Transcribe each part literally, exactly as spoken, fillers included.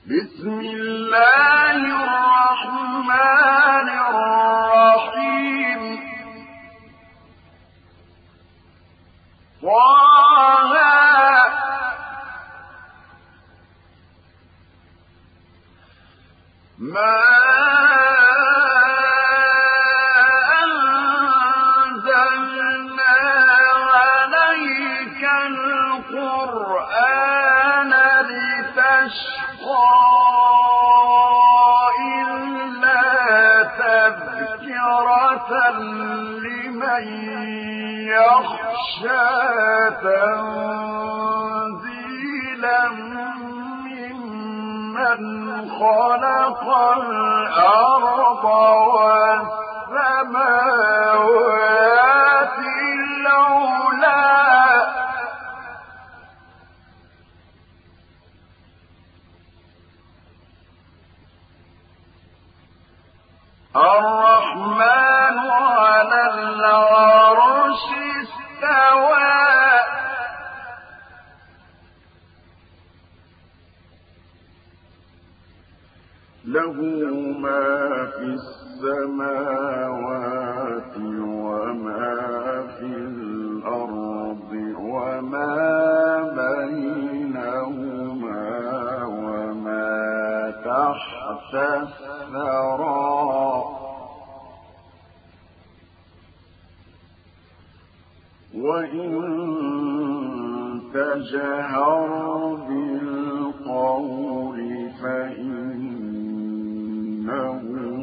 بسم الله الرحمن الرحيم طه ما أنزلنا عليك القرآن لتشقى إلا تذكرة لمن يخشى تنزيلا ممن خلق الأرض والسماوات العلى الرحمن على العرش استوى له ما في السماوات وما في الأرض وما بينهما وما تحت الثرى وإن تجهر بالقول فإنه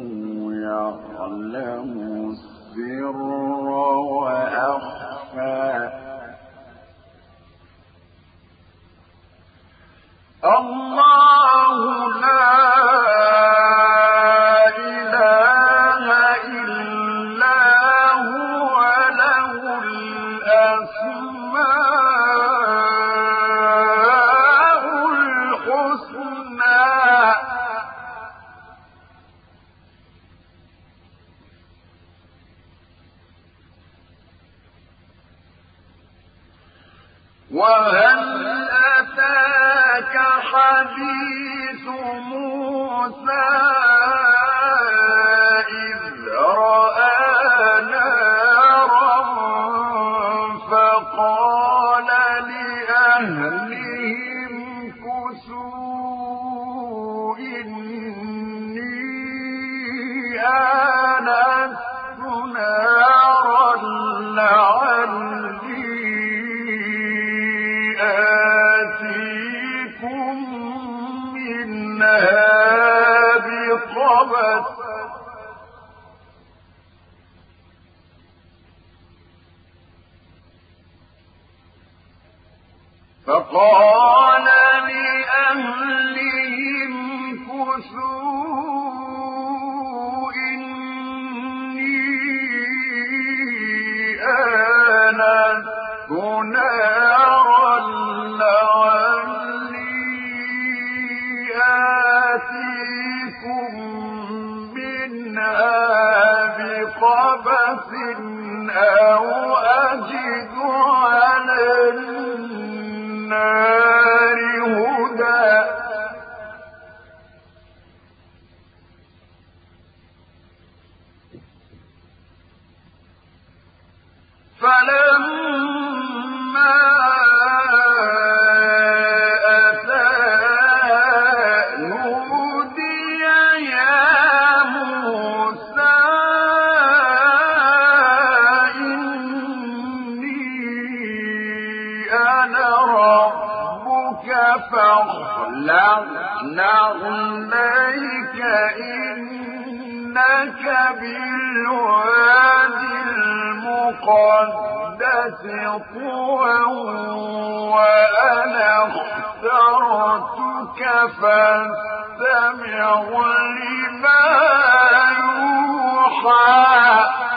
يعلم السر وأخفى الله لا إله إلا هو له الأسماء الحسنى وهل أتاك حديث موسى إذ رأى نارا فقال لأهلهم كثوا إني آنست نارا لعلي آتيكم منها بقبس فقال لأهلهم كثوا إني آنست نارا لعلي آتيكم منها بقبس أو أجد على النار هدى فلما أتى نودي يا موسى إني أنا ربك فاخلع نعليك إنك بالوادي المقدس طوى وأنا اخترتك فاستمع لما يوحى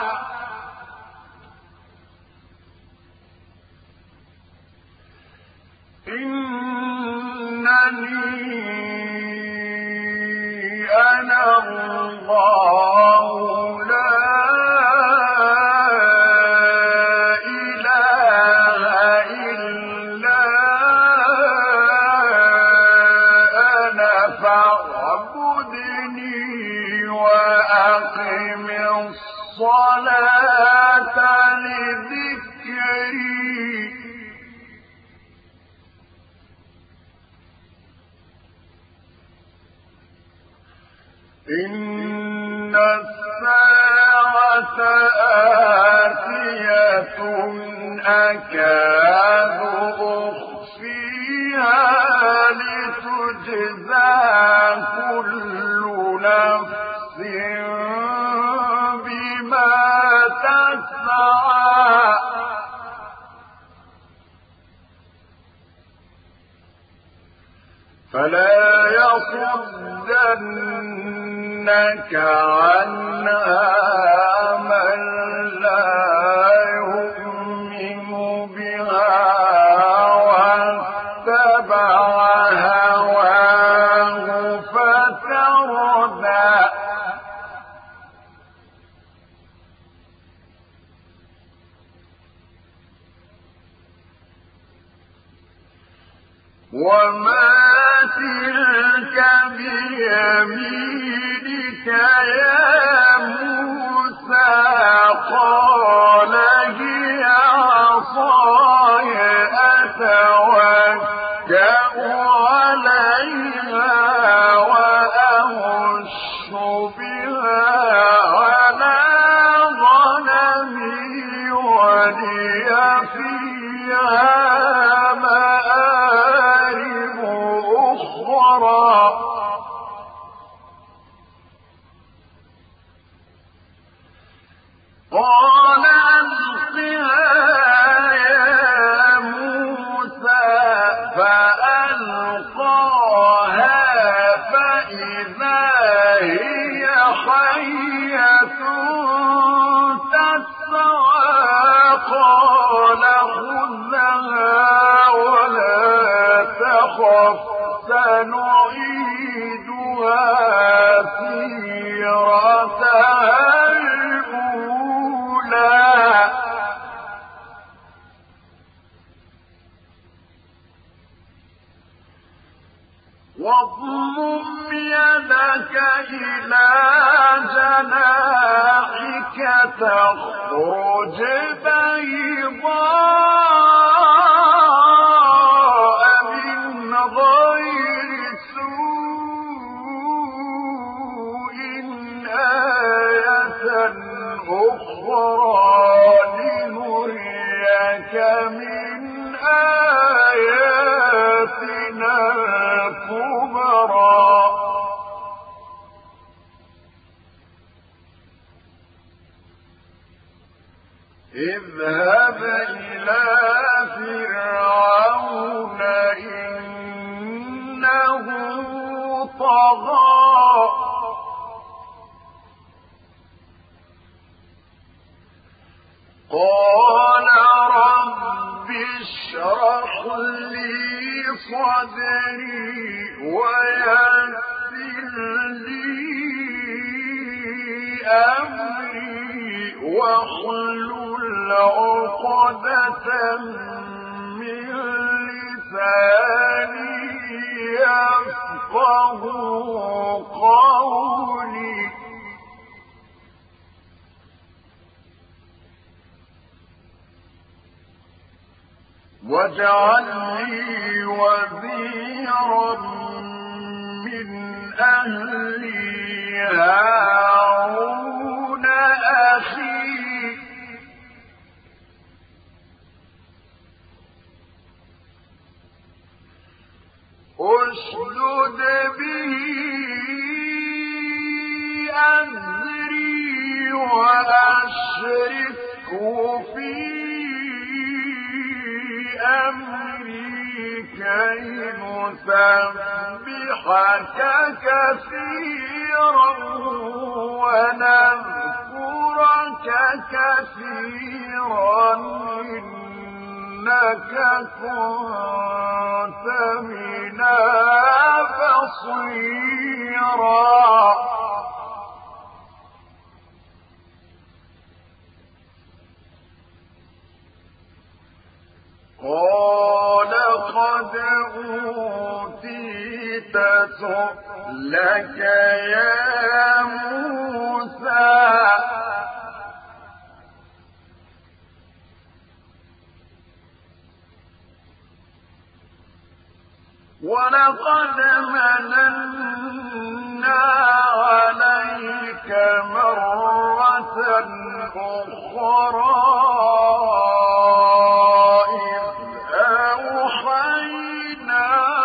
إنني أنا الله لا إله إلا أنا فاعبدني وأقم الصلاة لذكري إن الساعة آتية أكاد أخفيها لتجزى كل نفس بما تسعى فلا يصدنك عنها من لا يؤمن بها واتبع هواه فتردى وما تلك بيمينك يا موسى قال هي عصاي أتوكأ عليها وأهش بها على غنمي ولي فيها قال ألقها يا موسى فألقاها فإذا هي حية تسعى قال خذها ولا تخف سنعيدها سيرتها واضمم يدك إلى جناحك تخرج بيضاء من غير سوء آية أخرى لنريك من آياتنا الكبرى اذهب إلى فرعون إنه طغى قال رب اشرح لي صدري ويسر لي أمري واحلل عقدة من لساني يفقه قولي واجعل لي وزيرا من أهلي هارون أخي أشدد به أزري وأشركه في أمري كي نسبحك كثيرا ونذكرك كثيرا إنك كنت بنا بصيرا قال قد أوتيت سؤلك يا موسى ولقد مننا عليك مرة أخرى إذ أوحينا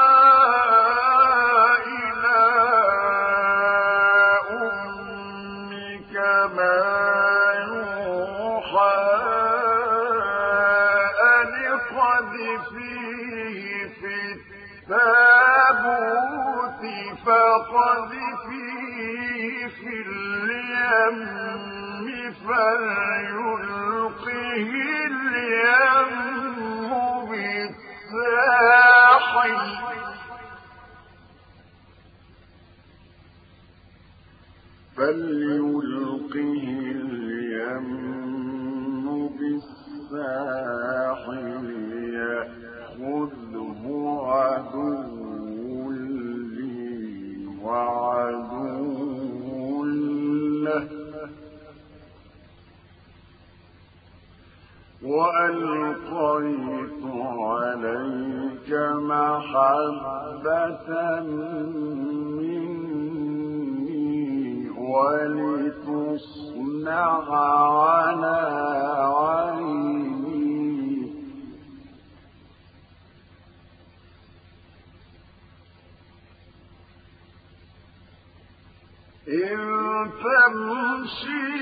إلى أمك ما يوحى أن اقذفيه في التابوت فقذفيه في اليم فليلقه اليم بالساحل فليلقه اليم بالساحل يأخذه عدو لي وعدو له وألقيت عليك محبة مني ولتصنع على عيني إن تمشي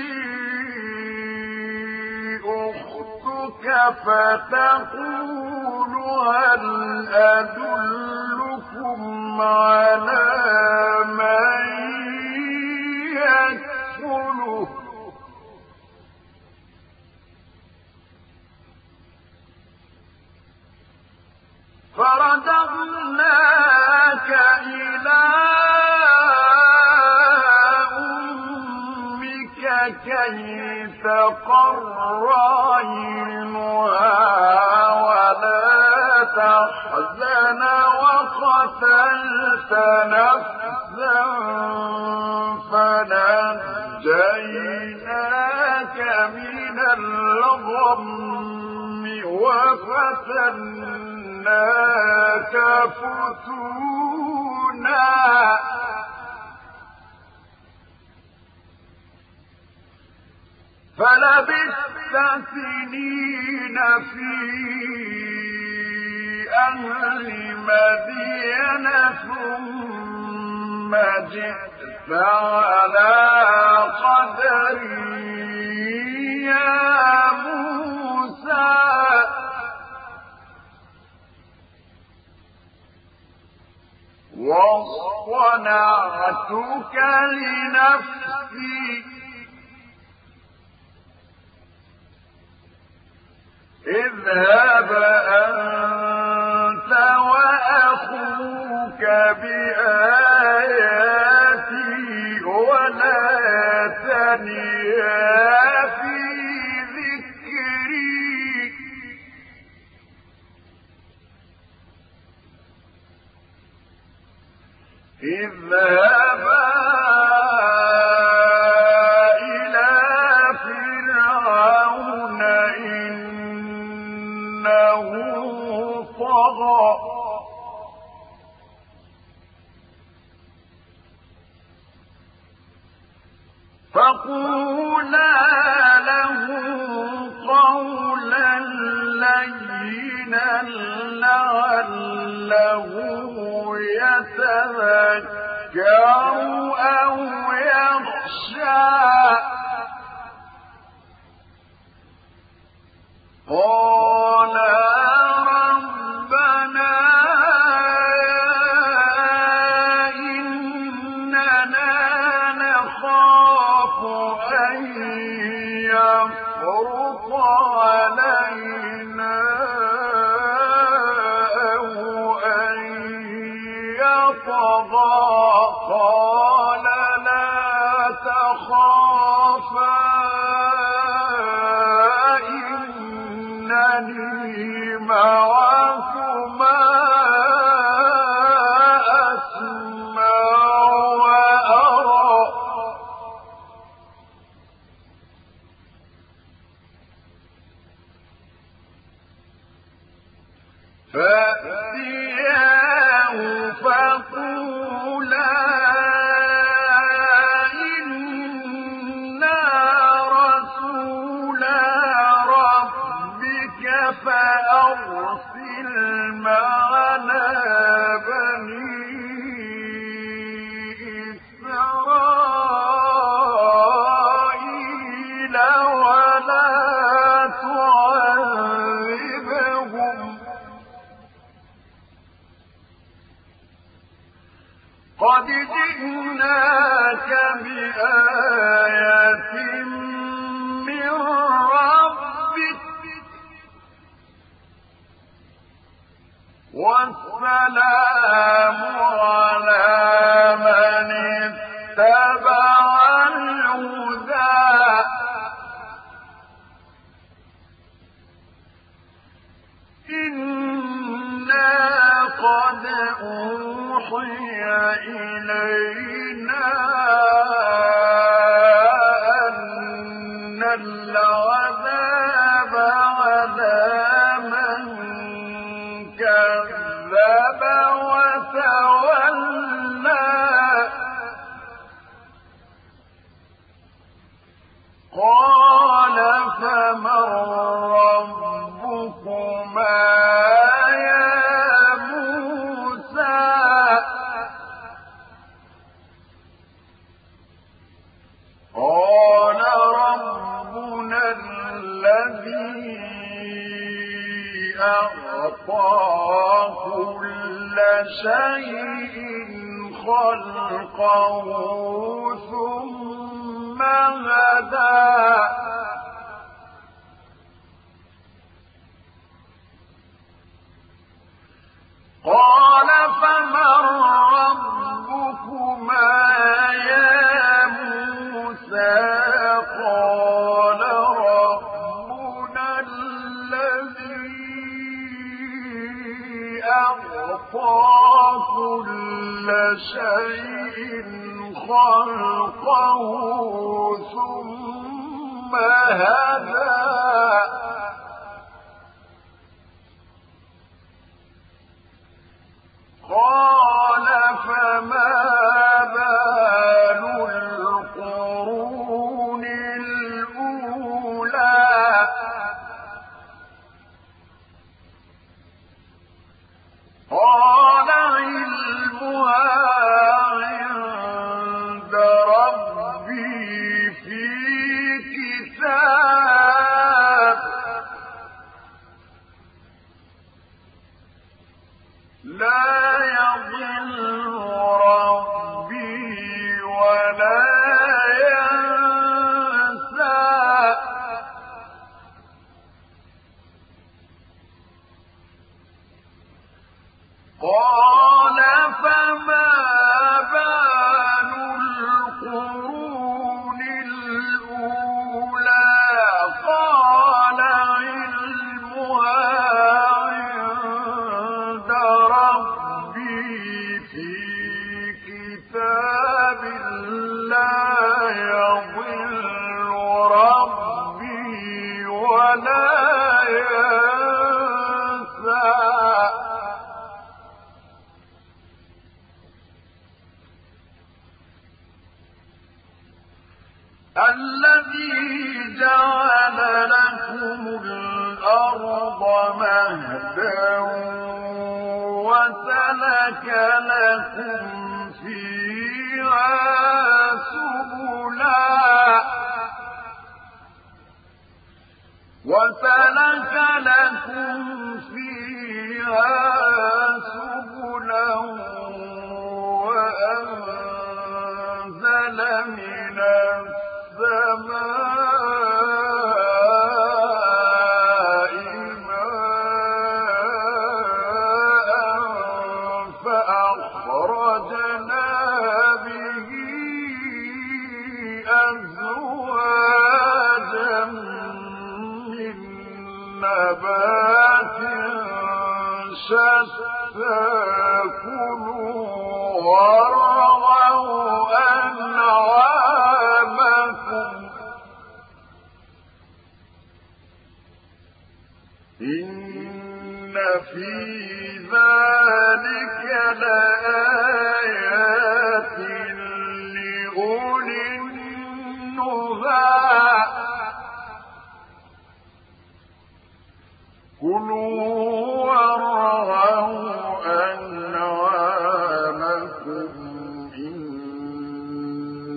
أختك فتقول هل أدلكم على من يكفله فرددناك إلى أمك كي تقر عينها ولا تحزن وقتلت نفسا فنجيناك من الغم وفتناك فتونا فلبثت سنين في أهل مدين ثم جئت على قدري يا موسى واصطنعتك لنفسي اذهب أنت وأخوك بآياتي ولا تنيا في ذكري اذهبا إلى فرعون إنه طغى فقولا له قولا لينا لعله يتذكر أو يخشى قال ربنا إننا نخاف أن يفرط علينا أو أن يطغى قال لا تخافا إنني معكما أسمع فقولا إنا رسولا ربك فأرسل معنا بني إسرائيل ولا تعذبهم قد جئناك بآية من ربك والسلام على من اتبع الهدى إنا قد أوحي إلينا أن العذاب على من كذب وتولى قال فمن ربكما يا موسى قال ربنا الذي أعطى كل شيء خلقه ثم هدى قال فمن ربكما يا موسى قال ربنا الذي أعطى كل شيء خلقه ثم هدى قال فما بال القرون الأولى قال علمها عند ربي في كتاب لا يضل ربي ولا ينسى قال فما بال القرون الأولى قال علمها عند ربي في كتاب لا يضل ربي ولا ينسى الذي جعل لكم الأرض مهدا وسلك لكم فيها سبلا وسلك لكم فيها سبلا وأنزل من السماء ماء فأخرجنا به أزواجا من نبات شتى كلوا وارعوا أنعامكم إن في ذلك لآية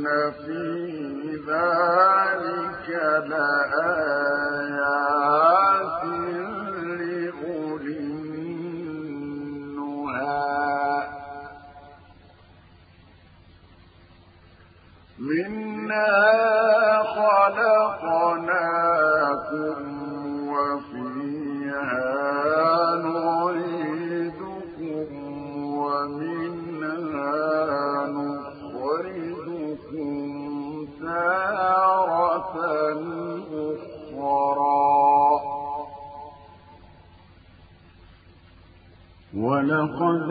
في ذلك لآيات لأولي النهى منها خلقناكم وفيها نعيدكم ومنها نخرجكم تارة أخرى ولقد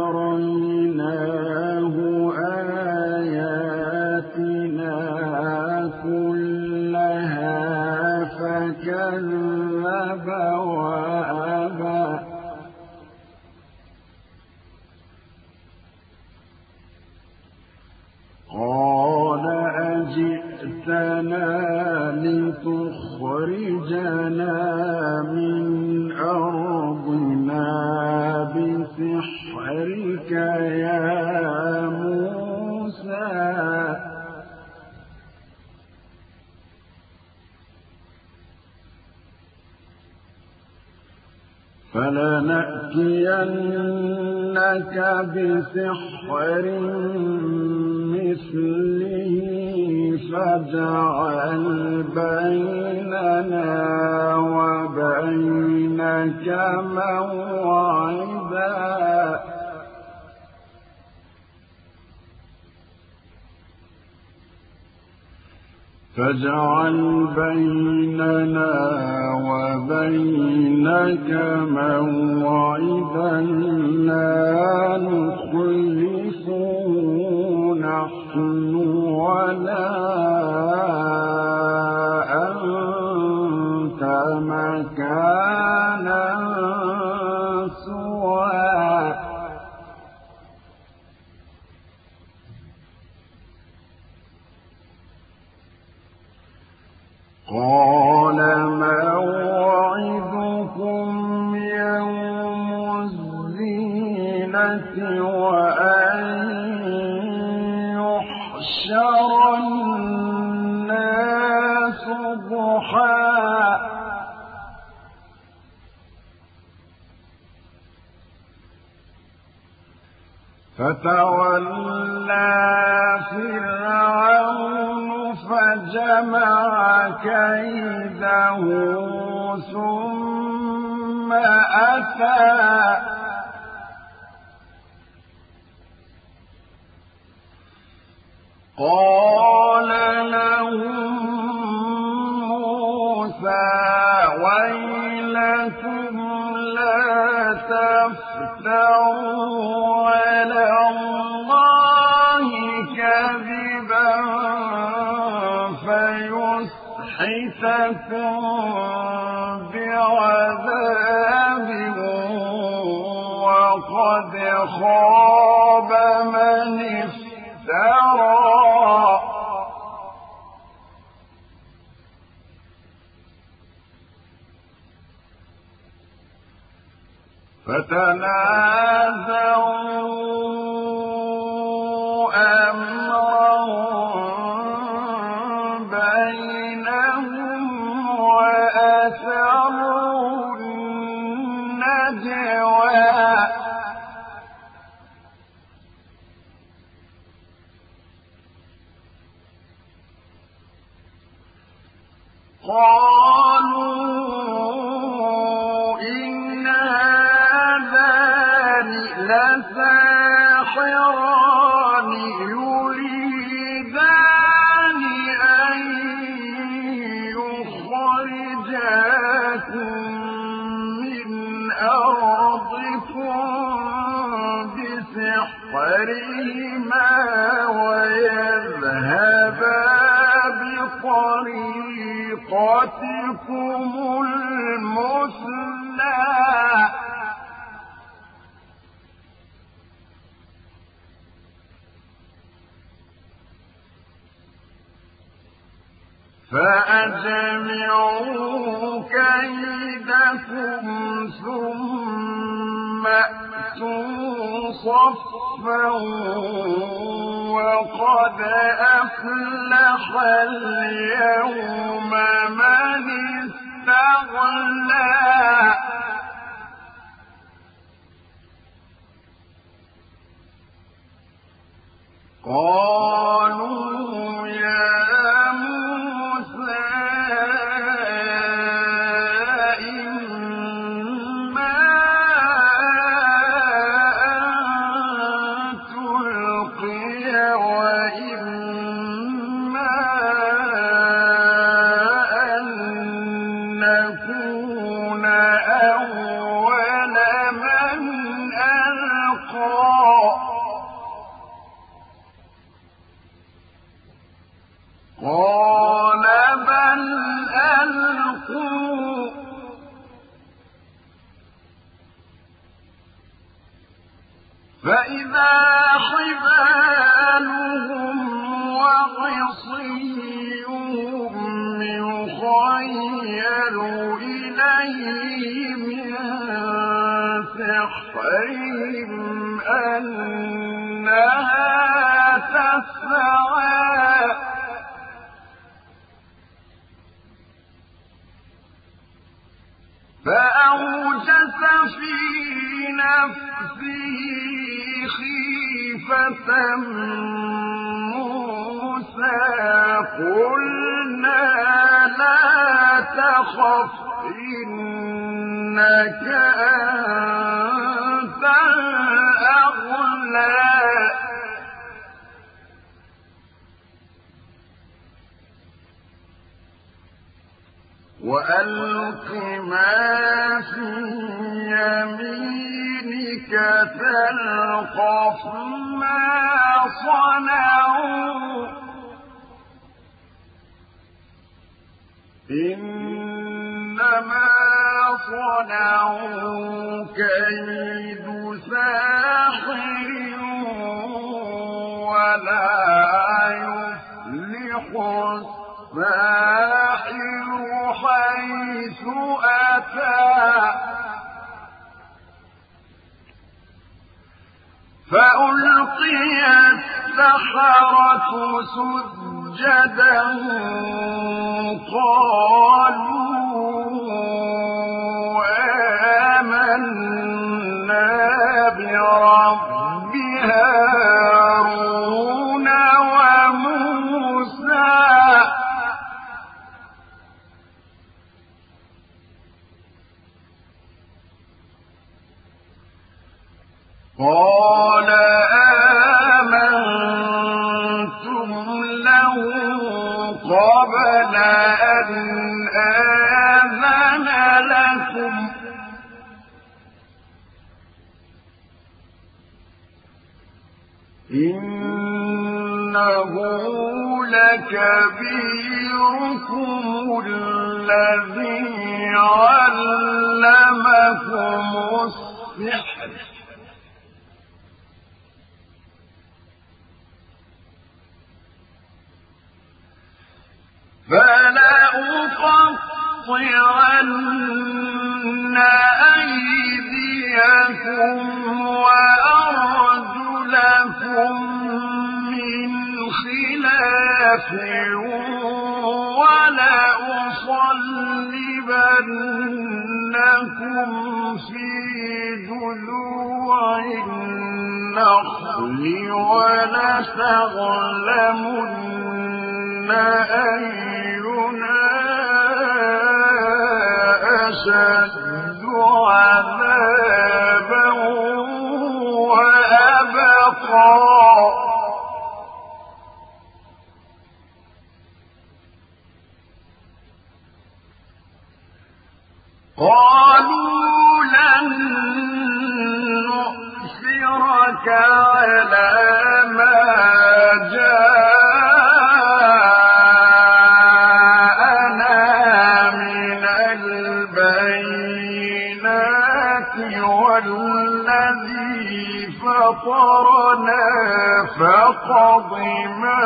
أريناه آياتنا كلها فكذب وأبى قال أجئتنا لتخرجنا من أرضنا بسحرك يا موسى فلنأتينك بسحر مثله فاجعل بيننا وبينك موعدا فاجعل بيننا وبينك موعدا لا نخلفه نحن ولا أنت مكانا سوى قال موعدكم يوم الزينة وأن يحشر الناس ضحى فتولى فرعون فجمع كيده ثم أتى قال لهم موسى ويلكم لا تفتروا على الله كذبا فيسحتكم بعذاب وقد خاب من افترى فتنازعوا أمرهم بينهم وأسروا النجوى قالوا إن هذان لساحران يريدان أن يخرجاكم من أرضكم بسحرهما ويذهبا بطريقتكم المثلى فأجمعوا كيدكم ثم أتوا صفا وقاتلوا قد أفلح اليوم من استغنى قالوا يا موسى إما أن تلقي وإما أن نكون أول من ألقى قال بل ألقوا فإذا حبالهم وعصيهم يخيل إليه من سحرهم أنها تسعى فأوجس في نفسه خيفة موسى قلنا لا تخف إنك أنت الأعلى وألق ما في يمينك تلقف ما صنعوا إنما صنعوا كيد ساحر ولا يفلح الساحر حيث أتى فألقي السحرة سجدا قالوا آمنا برب هارون وموسى قال آمنتم له قبل أن آذن لكم إنه لكبيركم الذي علمكم السحر فلأقطعن أيديكم وأرجلكم من خلاف ولأصلبنكم في جذوع النخل ولتعلمن أينا أشد عذابا وأبقى قالوا لن نؤثرك على ما جاءنا من البينات والذي فطرنا فاقض ما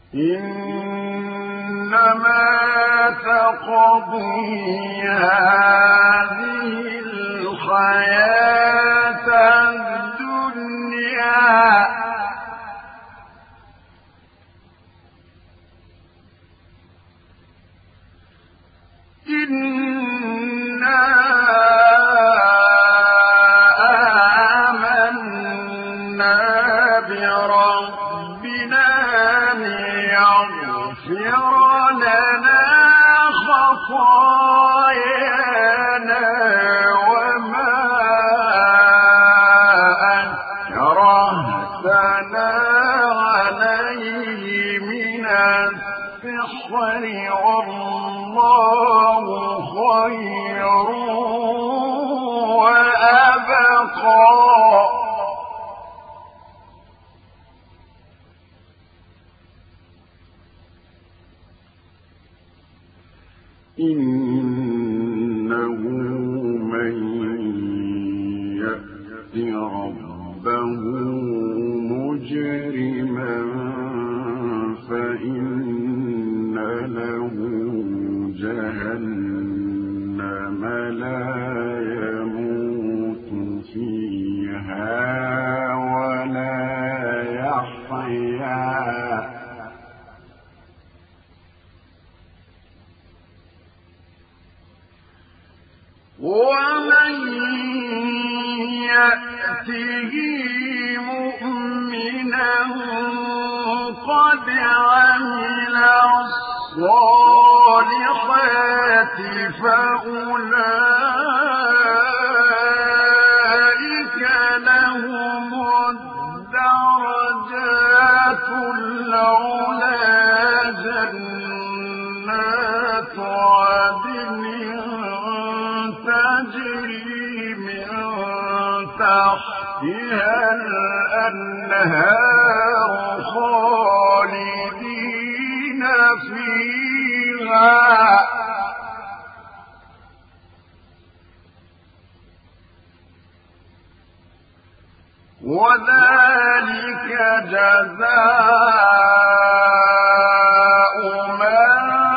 إنما تقضي هذه الحياة الدنيا إنا آمنا بربنا ليغفر لنا خطايانا وما أكرهتنا عليه من السحر والله خير وأبقى إنه من يأت ربه مجرما فإن له جهنم لا يموت فيها ولا يحيا ومن يأته مؤمنا قد عمل الصالحات فأولئك لهم الدرجات العلى جنات عدن تجري من تحتها الأنهار خالدين فيها وذلك جزاء من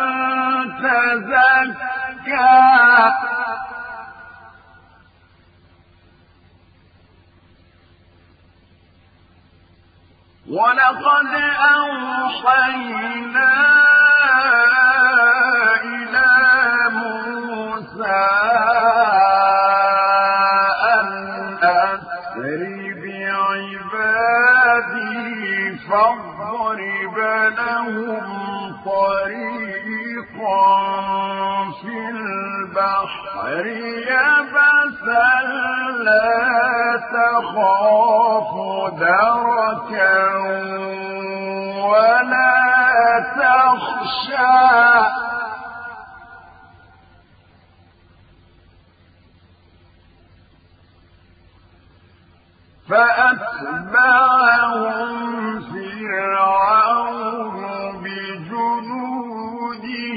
تزكى ولقد أوحينا إلى موسى أن أسر بعبادي فاضرب لهم طريقا في البحر يبسا لا تخاف دركا ولا تخشى فأتبعهم فرعون بجنوده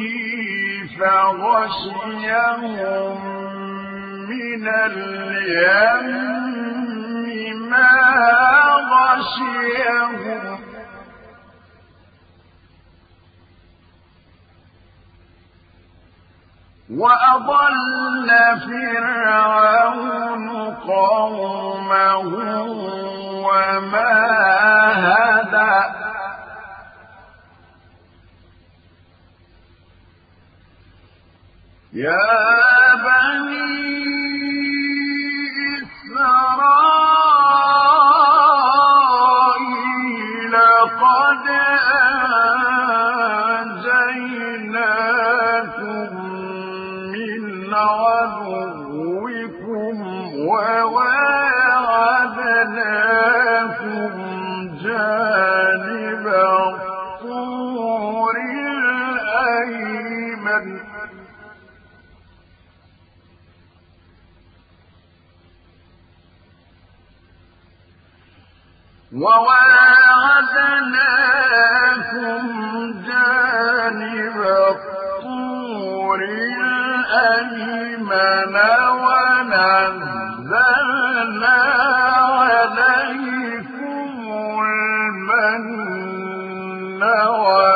فغشيهم من اليم ما غشيهم وأضل فرعون قومه وما هدى يا بني إسرائيل قد أنجيناكم من عدوكم وواعدناكم جانب الطور الأيمن وواعدناكم جانب الطور الأيمن ونزلنا عليكم المن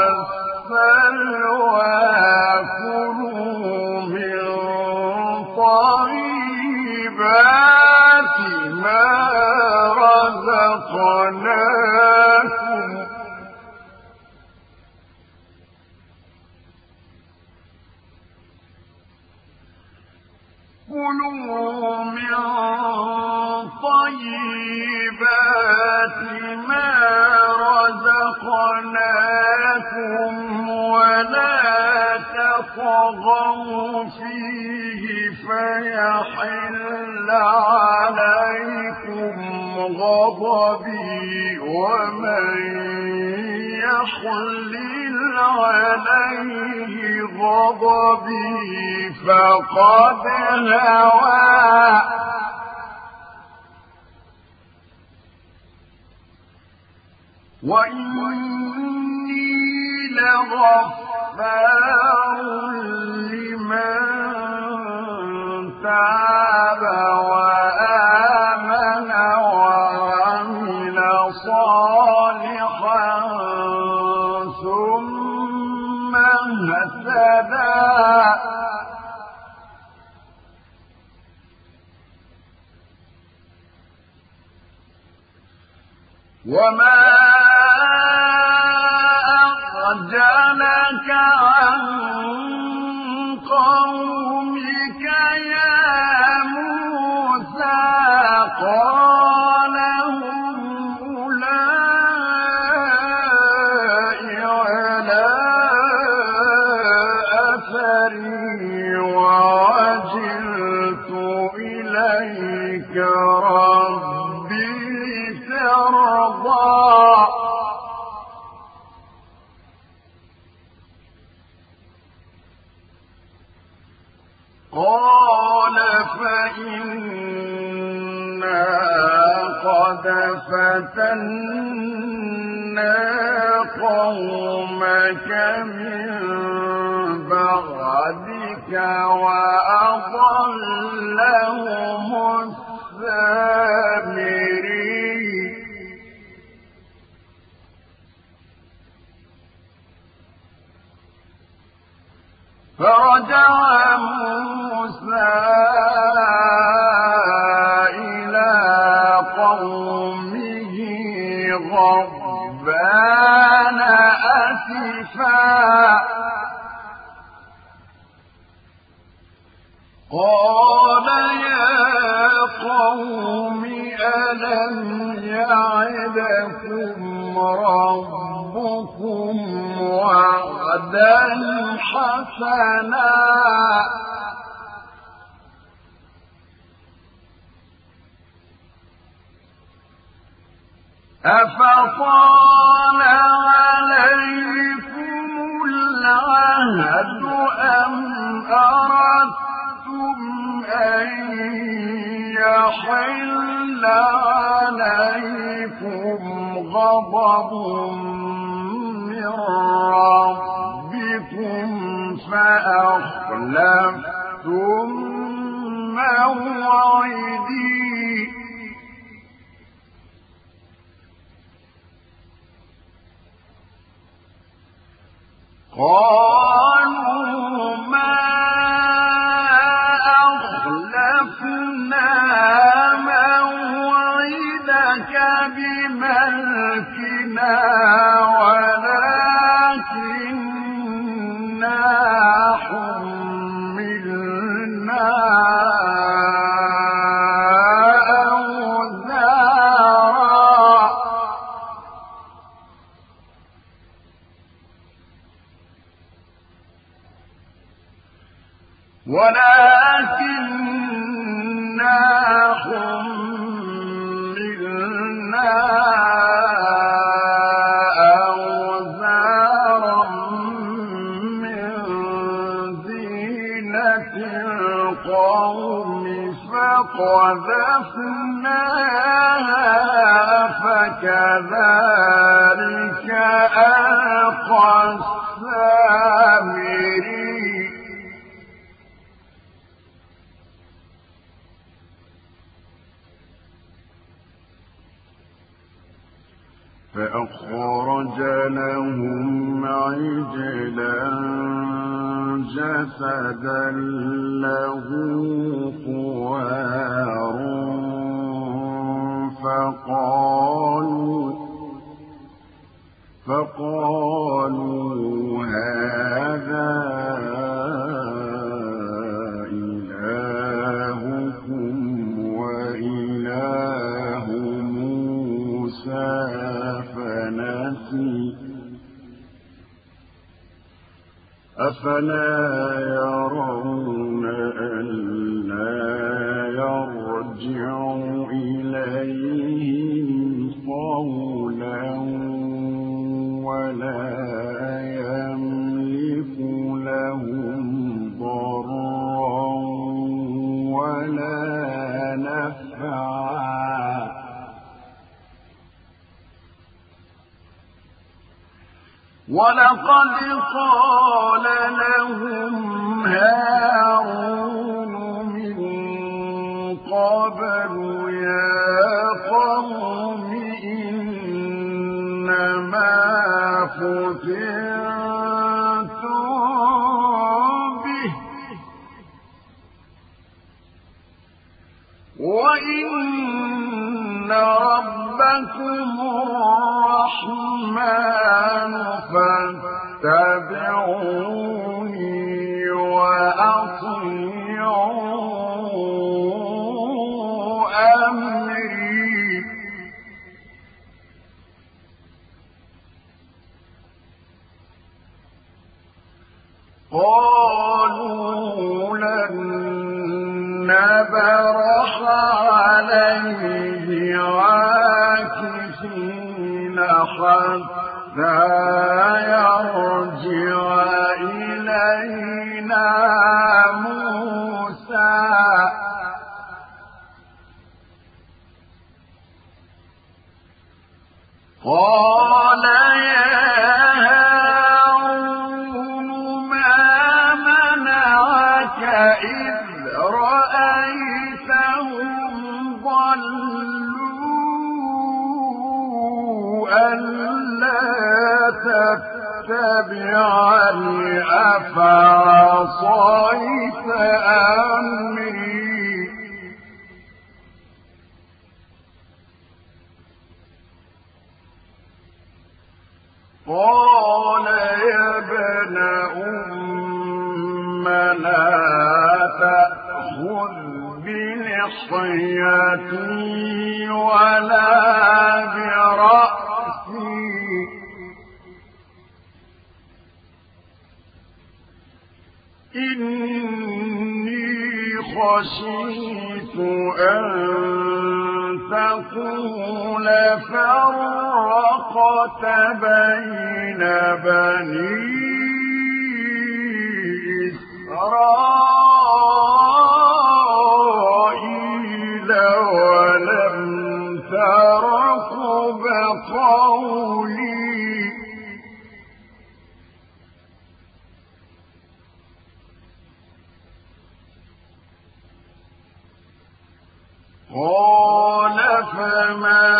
رزقناكم كلوا من طيبات ما رزقناكم ولا تطغوا فيه فيحل عليكم غضبي ومن يحلل عليه غضبي فقد هوى وإني لغفار لمن تاب وآمن وعمل صالحا ثم اهتدى وما أعجلك عن قومك يا موسى قال هم أولئك على أثري وعجلت إليك ربي ترضى قال فإنا قد فتنا قومك من بعدك وأضلهم السامري فرجع موسى إلى قومه غضبان أسفا قال يا قوم ألم يعدكم ربكم وعدا حسنا أفطال عليكم العهد أم أردتم أن يحل عليكم غضب من ربكم فأخلفتم موعدي قالوا ما أخلفنا موعدك بملكنا ولكننا حملنا ولكننا حملنا أوزارا من زينة القوم فقذفناها فكذلك ألقى السامري فأخرج لهم عجلا جسدا له خوار فقالوا فقالوا هذا إلهكم وإله موسى فنسي أفلا يرون ألا يرجع إليهم قولا ولا يملك لهم ضرا ولا نفعا ولقد قال لهم هارون من قبل يا قوم إنما فتنتم به وإن ربكم الرحمن فاتبعوني وأطيعوا أمري قالوا لن نبرح عليه عاكفين حتى يرجع إلينا موسى قال يا هارون ما منعك إذ رأيتهم ضلوا ألا تتبعني أفعصيت أمري قال يا ابن أم لا تأخذ بلحيتي ولا برأسي إني خشيت أن تقول فرقت بين بني إسرائيل ولم ترقب قولي قال فما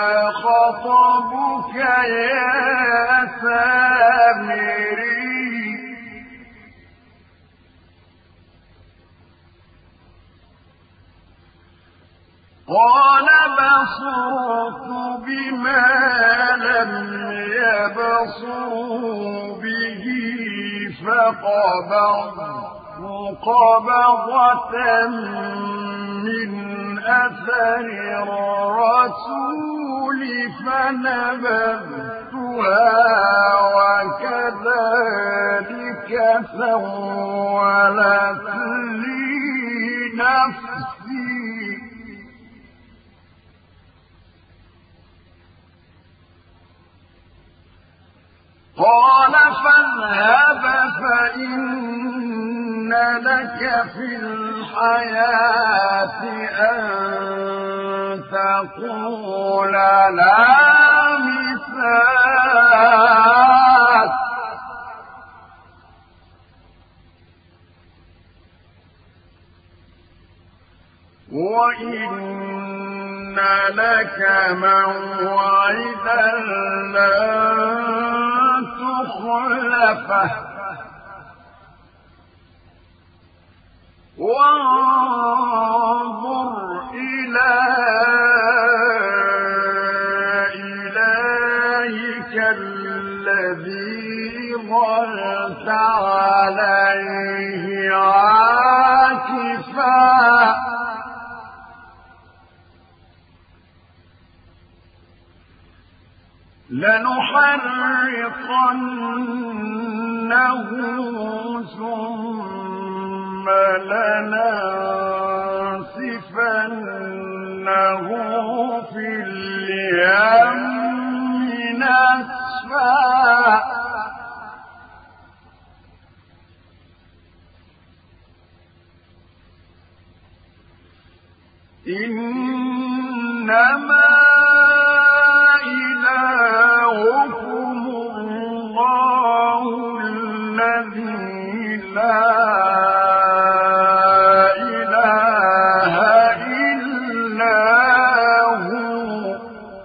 خطبك يا سامري قال بصرت بما لم يبصروا به فقبضت قبضة من أثر الرسول فنبذتها وكذلك سولت لي نفسي قال فاذهب فإن لك في الحياة أن تقول لا مساس وإن لك موعدا لن تخلفه وانظر إلى ظلت عليه عاكفا لنحرقنه ثم لننسفنه في اليم نسفا إنما إلهكم الله الذي لا إله إلا هو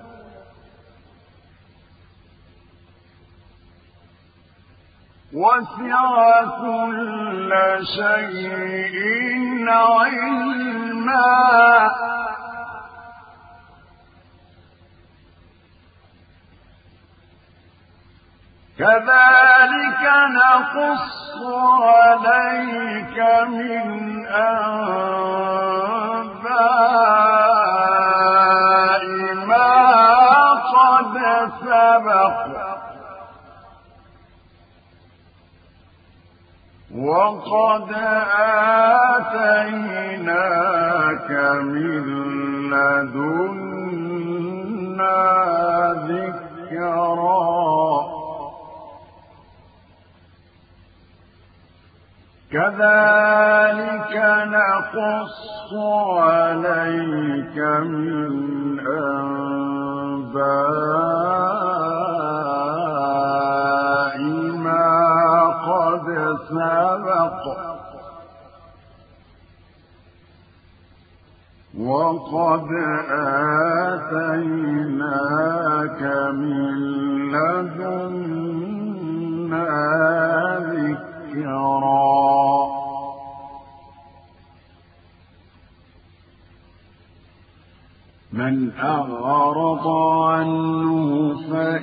وسع كل شيء علما كذلك نقص عليك من أنباء ما قد سبق وقد آتيناك من لدنا ذكرا كذلك نقص عليك من أنباء ما قد سبق وقد آتيناك من لدنا ذكرا من أعرض عنه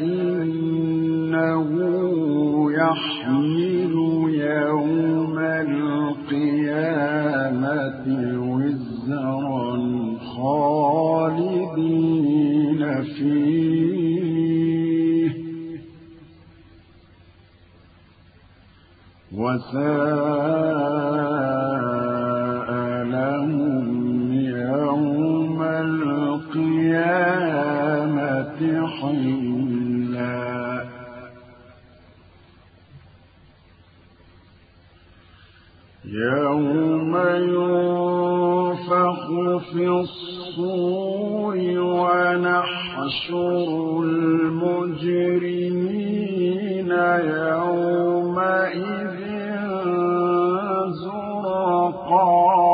فإنه يحمل يوم القيامة وزرا خالدين فيه وساء لهم يوم القيامة حملا يوم ينفخ في الصور ونحشر المجرمين يومئذ زرقا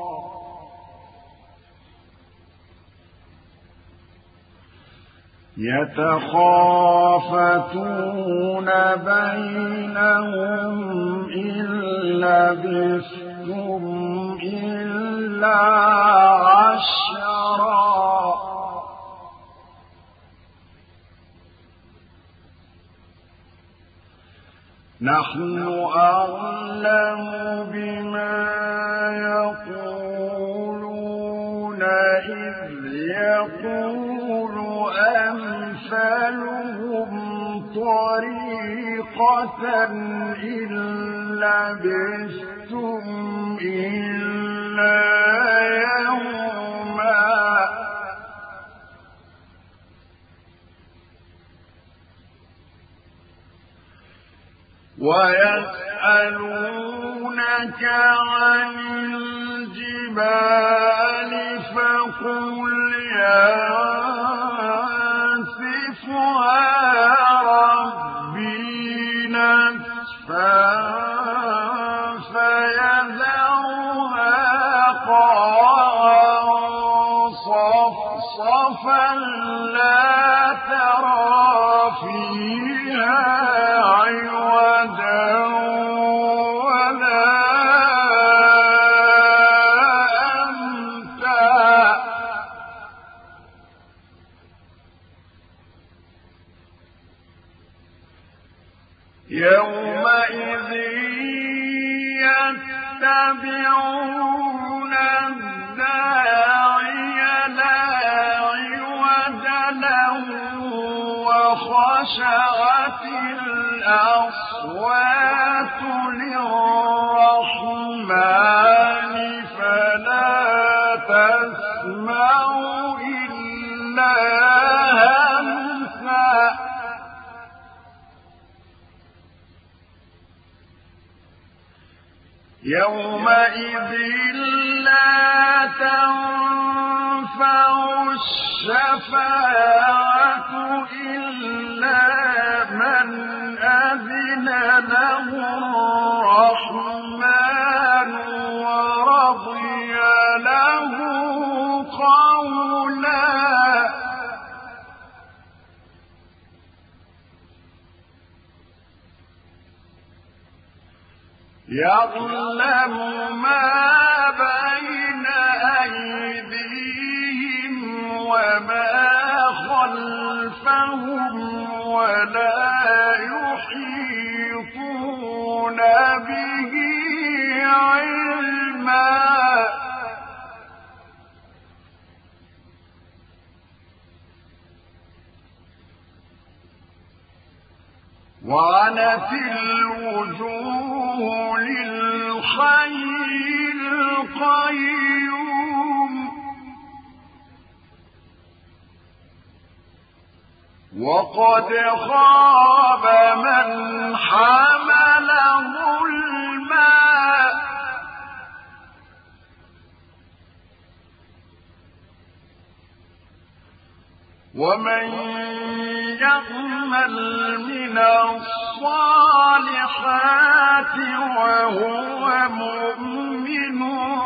يتخافتون بينهم إن لبثتم إلا عشرا نحن أعلم بما يقولون إذ يقول أمثلهم طريقة إن لبثتم إلا يوما ويسألونك عن الجبال فقل ينسفها ربي نسفا فيذرها قاعا صفصفا لا ترى فيها عوجا ولا أمتا يومئذ يتبعون الداعي لا عوج له وخشعت الأصوات للرحمن فلا تسمع إلا همسا يومئذ لا تنفع الشفاعة إلا من أذن له الرحمن ورضي له قولا يعلم ما بين أيديهم وما خلفهم ولا يحيطون به علما وعنت الوجوه للحي القيوم وقد خاب من حمل ظلما ومن يعمل من الصالحات وهو مؤمن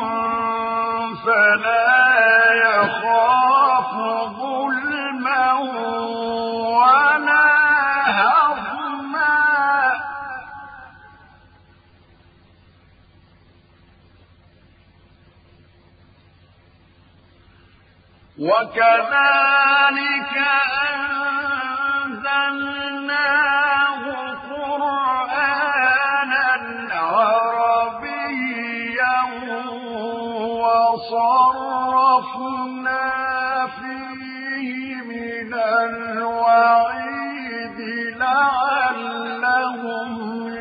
فلا يخاف ظلما ولا هضما وكذلك أنزلناه قرآنا عربيا وصرفنا فيه من الوعيد لعلهم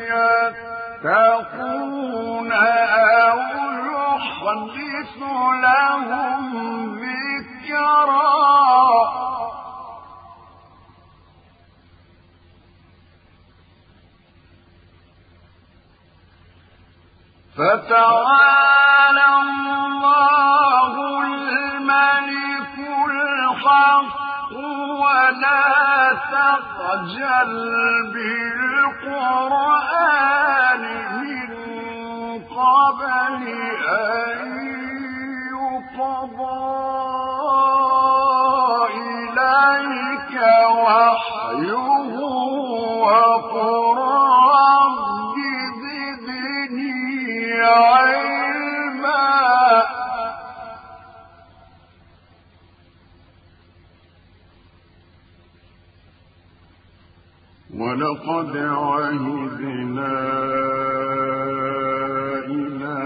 يتقون أو يحدث لهم ذكرا فتعالى الله الملك الحق ولا تخجل بالقرآن من قبل أن يقضى إليك وحيه وقل رب زدني علما ولقد عهدنا إلى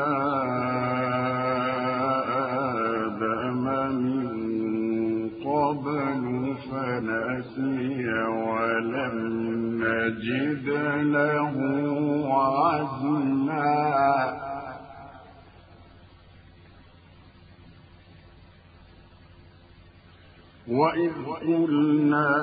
آدم من قبل فنسي ولم نجد له عزما وإذ قلنا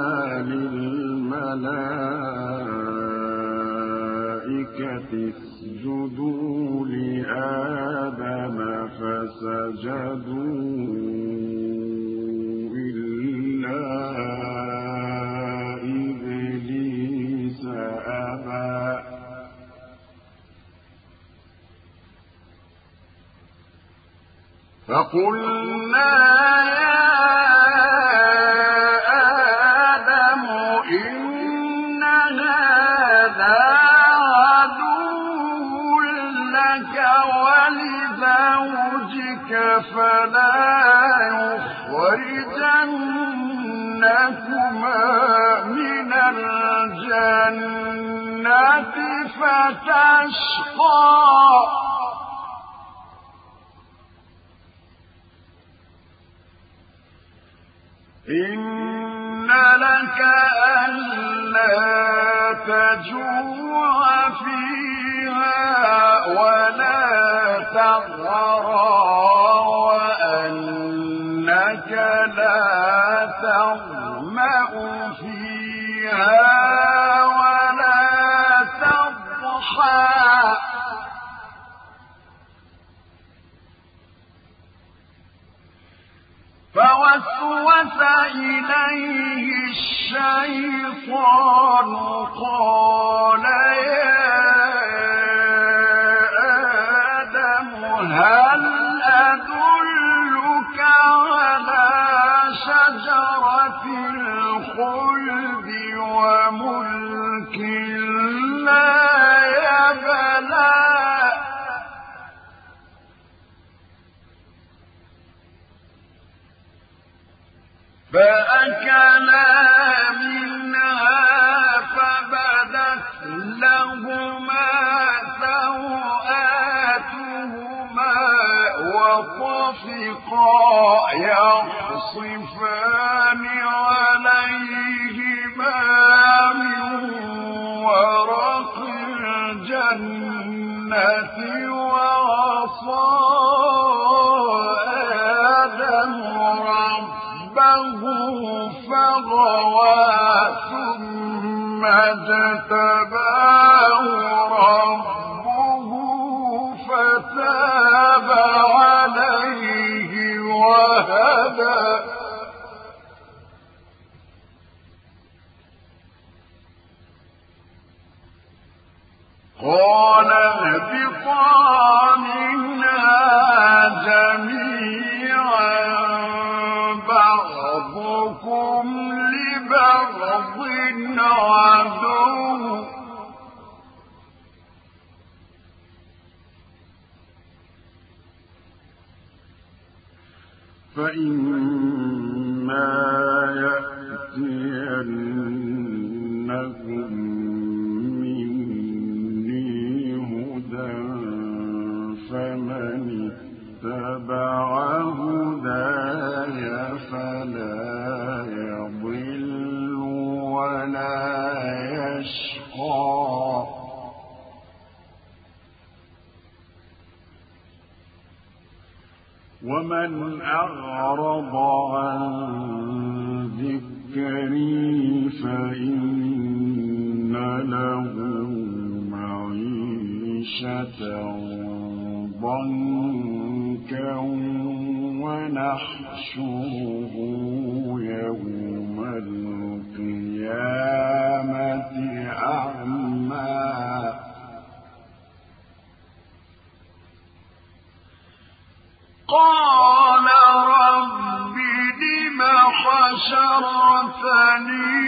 للملائكة اسجدوا لآدم فسجدوا إلا إبليس أبى فقلنا يا فلا يخرجنكما من الجنة فتشقى إن لك ألا تجوع فيها ولا تضرى وأنك لا تظمأ فيها ولا تضحى فوسوس إليه الشيطان قال يا آدم هل أدلك على شجرة الخلد وملك لا يبلى فأكلا منها فبدت لهما سوآتهما وطفقا يخصفان عليهما من ورق الجنة وعصى آدم ربه فغوى ثم اجتباه ربه فتاب عليه وهدى قال اهبطا منها جميعا بعضكم لبعض عدو فإما يأتينكم مني هدى فمن اتبع هداي فلا يضل ولا يشقى ومن أعرض عن ذكري فإن له معيشة ضنكا ونحشره يوم القيامة أعمى قال رب لم حشرتني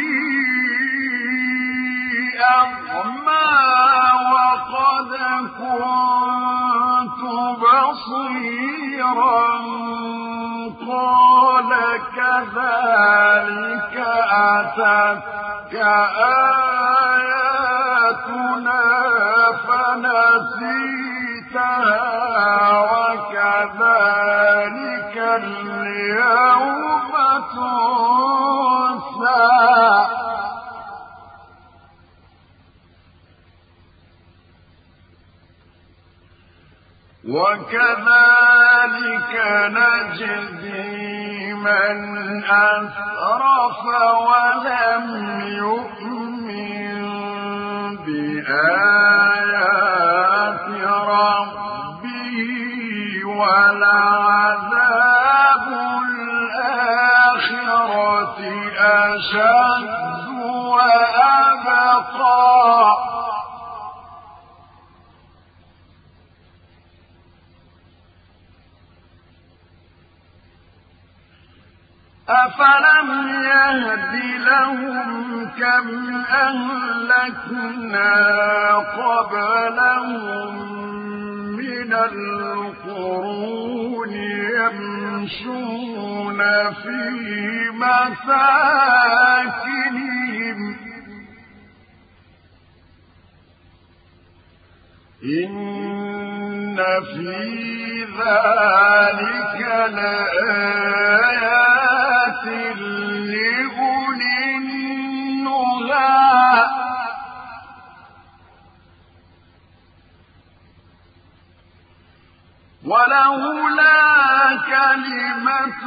أعمى وقد كنت بصيرا قال كذلك أتتك آياتنا فنسيتها وكذلك اليوم تنسى وكذلك نجزي من أسرف ولم يؤمن بآيات ربه ولعذاب الآخرة أشد وأبقى أفلم يهد لهم كم أهلكنا قبلهم من القرون يمشون في مساكنهم إن في ذلك لآيات لأولي النهى ولولا كلمة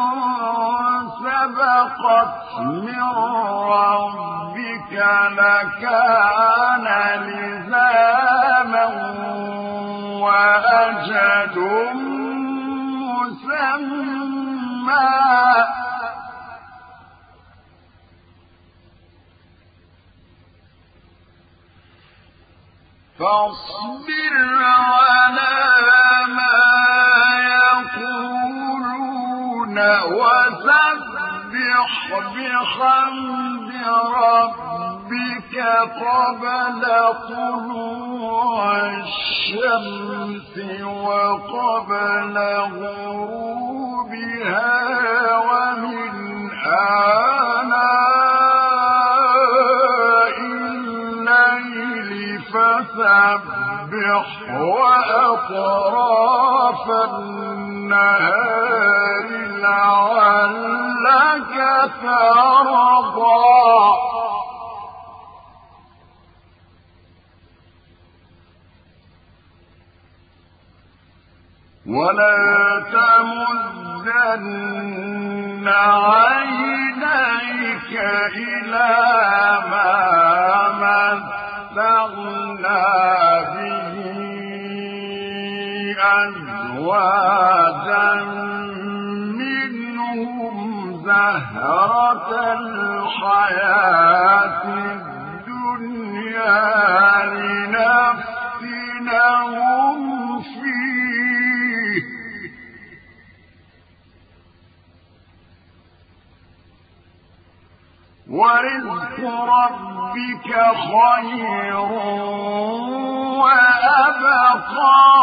سبقت من ربك لكان لزاما وأجل مسمى فاصبر على ما يقولون وسبح بحمد ربك قبل طلوع الشمس وقبل غروبها ومن آناء الليل فسبح وأطراف النهار لعلك ترضى ولا تمدن عينيك إلى ما متعنا به أزواجا منهم زهرة الحياة الدنيا لنفتنهم فيه ورزق ربك خير وأبقى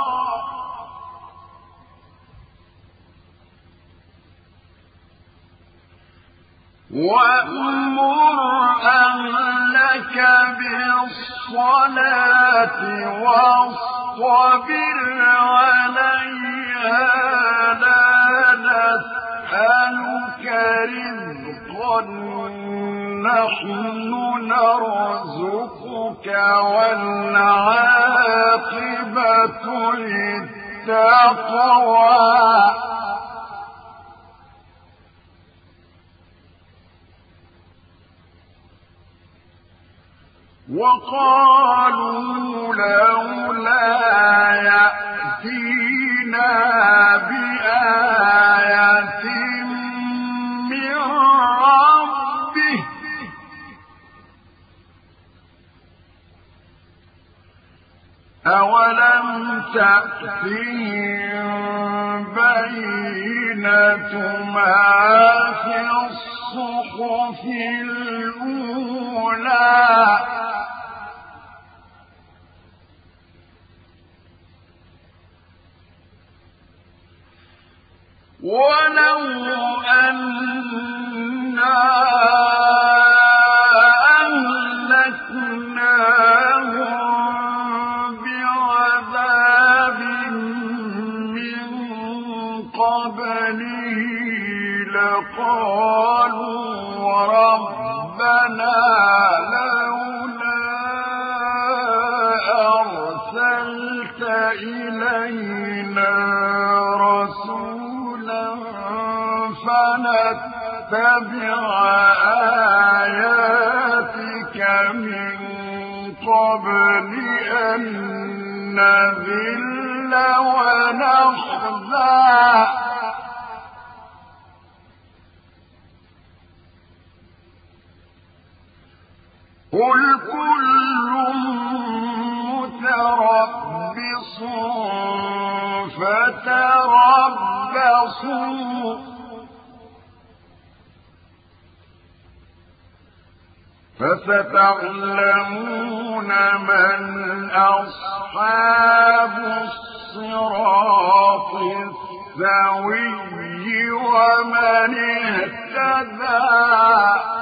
وأمر أهلك بالصلاة واصطبر عليها لا نسألك رزقا نحن نرزقك والعاقبة للتقوى وقالوا لولا يأتينا بآية من ربه أولم تأتهم بينة ما في الصحف الأولى ولو أنا أهلكناهم بعذاب من قبله لقالوا ربنا لولا أرسلت إلينا رسولا فنتبع آياتك من قبل أن نذل ونخزى قل كل متربص فتربصوا فستعلمون من أصحاب الصراط السوي ومن اهتدى